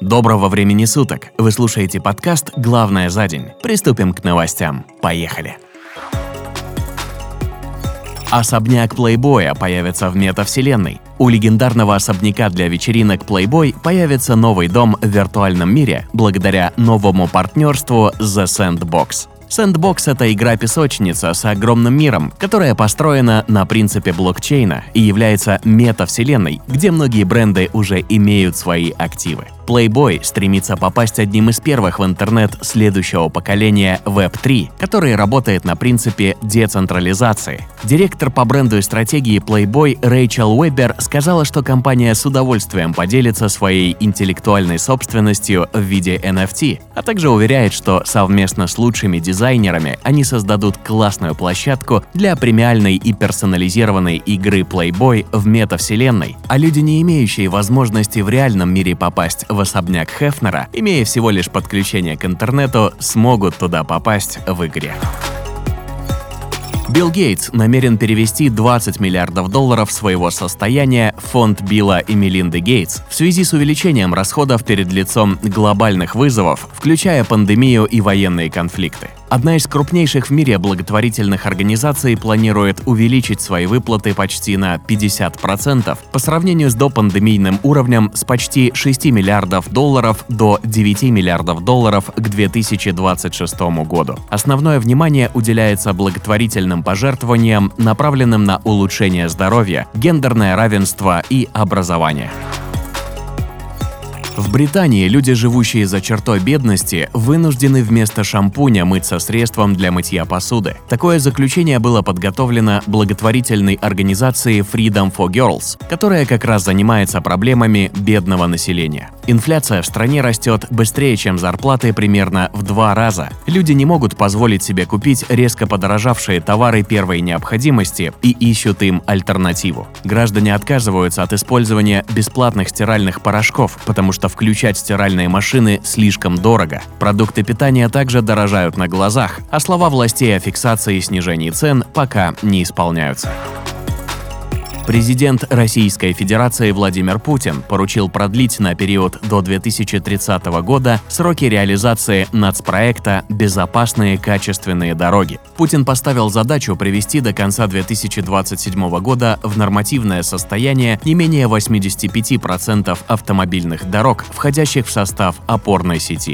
Доброго времени суток! Вы слушаете подкаст «Главное за день». Приступим к новостям. Поехали! Особняк Плейбоя появится в метавселенной. У легендарного особняка для вечеринок Playboy появится новый дом в виртуальном мире благодаря новому партнерству The Sandbox. Sandbox — это игра-песочница с огромным миром, которая построена на принципе блокчейна и является метавселенной, где многие бренды уже имеют свои активы. Playboy стремится попасть одним из первых в интернет следующего поколения Web3, который работает на принципе децентрализации. Директор по бренду и стратегии Playboy Рэйчел Уэббер сказала, что компания с удовольствием поделится своей интеллектуальной собственностью в виде NFT, а также уверяет, что совместно с лучшими дизайнерами они создадут классную площадку для премиальной и персонализированной игры Playboy в метавселенной, а люди, не имеющие возможности в реальном мире попасть в особняк Хефнера, имея всего лишь подключение к интернету, смогут туда попасть в игре. Билл Гейтс намерен перевести $20 миллиардов своего состояния в фонд Билла и Мелинды Гейтс в связи с увеличением расходов перед лицом глобальных вызовов, включая пандемию и военные конфликты. Одна из крупнейших в мире благотворительных организаций планирует увеличить свои выплаты почти на 50% по сравнению с допандемийным уровнем с почти $6 миллиардов до $9 миллиардов к 2026 году. Основное внимание уделяется благотворительным пожертвованиям, направленным на улучшение здоровья, гендерное равенство и образование. В Британии люди, живущие за чертой бедности, вынуждены вместо шампуня мыться средством для мытья посуды. Такое заключение было подготовлено благотворительной организацией Freedom for Girls, которая как раз занимается проблемами бедного населения. Инфляция в стране растет быстрее, чем зарплаты, примерно в 2 раза. Люди не могут позволить себе купить резко подорожавшие товары первой необходимости и ищут им альтернативу. Граждане отказываются от использования бесплатных стиральных порошков, потому что включать стиральные машины слишком дорого. Продукты питания также дорожают на глазах, а слова властей о фиксации и снижении цен пока не исполняются. Президент Российской Федерации Владимир Путин поручил продлить на период до 2030 года сроки реализации нацпроекта «Безопасные качественные дороги». Путин поставил задачу привести до конца 2027 года в нормативное состояние не менее 85% автомобильных дорог, входящих в состав опорной сети.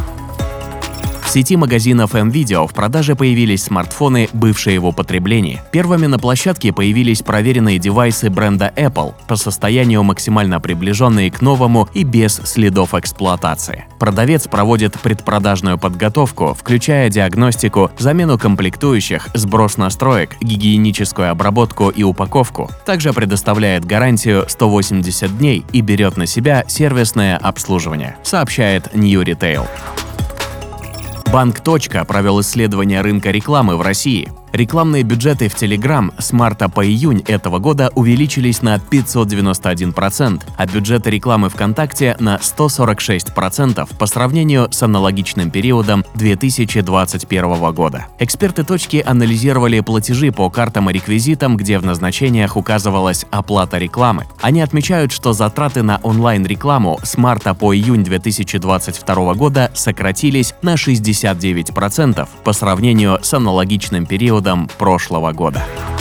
В сети магазинов МВидео в продаже появились смартфоны, бывшие в употреблении. Первыми на площадке появились проверенные девайсы бренда Apple, по состоянию максимально приближенные к новому и без следов эксплуатации. Продавец проводит предпродажную подготовку, включая диагностику, замену комплектующих, сброс настроек, гигиеническую обработку и упаковку. Также предоставляет гарантию 180 дней и берет на себя сервисное обслуживание, сообщает New Retail. Банк «Точка» провел исследование рынка рекламы в России. Рекламные бюджеты в Telegram с марта по июнь этого года увеличились на 591%, а бюджеты рекламы ВКонтакте на 146% по сравнению с аналогичным периодом 2021 года. Эксперты «Точки» анализировали платежи по картам и реквизитам, где в назначениях указывалась оплата рекламы. Они отмечают, что затраты на онлайн-рекламу с марта по июнь 2022 года сократились на 69% по сравнению с аналогичным периодом прошлого года.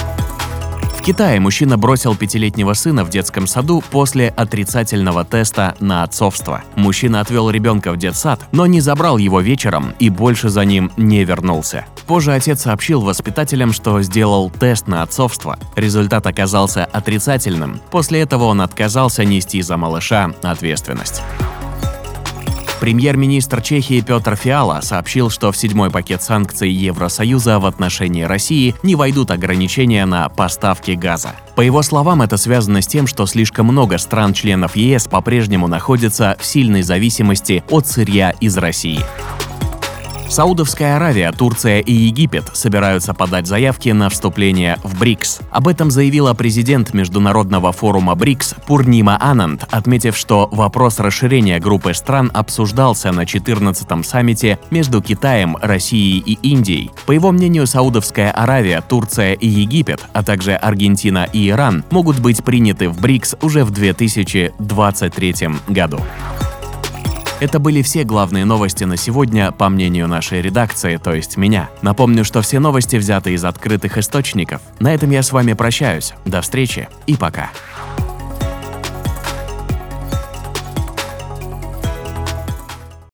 В Китае мужчина бросил 5-летнего сына в детском саду после отрицательного теста на отцовство. Мужчина отвел ребенка в детсад, но не забрал его вечером и больше за ним не вернулся. Позже отец сообщил воспитателям, что сделал тест на отцовство. Результат оказался отрицательным. После этого он отказался нести за малыша ответственность. Премьер-министр Чехии Петр Фиала сообщил, что в 7-й пакет санкций Евросоюза в отношении России не войдут ограничения на поставки газа. По его словам, это связано с тем, что слишком много стран-членов ЕС по-прежнему находятся в сильной зависимости от сырья из России. Саудовская Аравия, Турция и Египет собираются подать заявки на вступление в БРИКС. Об этом заявила президент Международного форума БРИКС Пурнима Ананд, отметив, что вопрос расширения группы стран обсуждался на 14-м саммите между Китаем, Россией и Индией. По его мнению, Саудовская Аравия, Турция и Египет, а также Аргентина и Иран могут быть приняты в БРИКС уже в 2023 году. Это были все главные новости на сегодня, по мнению нашей редакции, то есть меня. Напомню, что все новости взяты из открытых источников. На этом я с вами прощаюсь. До встречи и пока.